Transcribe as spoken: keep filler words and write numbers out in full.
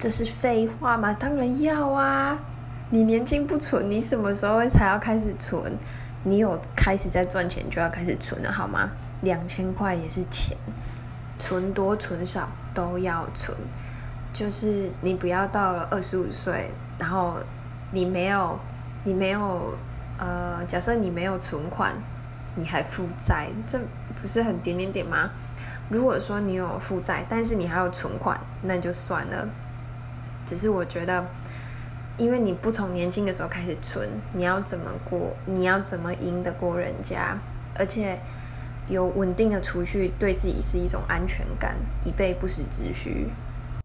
这是废话吗？当然要啊！你年轻不存，你什么时候才要开始存？你有开始在赚钱就要开始存了，好吗？两千块也是钱，存多存少都要存。就是你不要到了二十五岁，然后你没有，你没有，呃，假设你没有存款，你还负债，这不是很点点点吗？如果说你有负债，但是你还有存款，那就算了。只是我觉得，因为你不从年轻的时候开始存，你要怎么过？你要怎么赢得过人家？而且有稳定的储蓄，对自己是一种安全感，以备不时之需。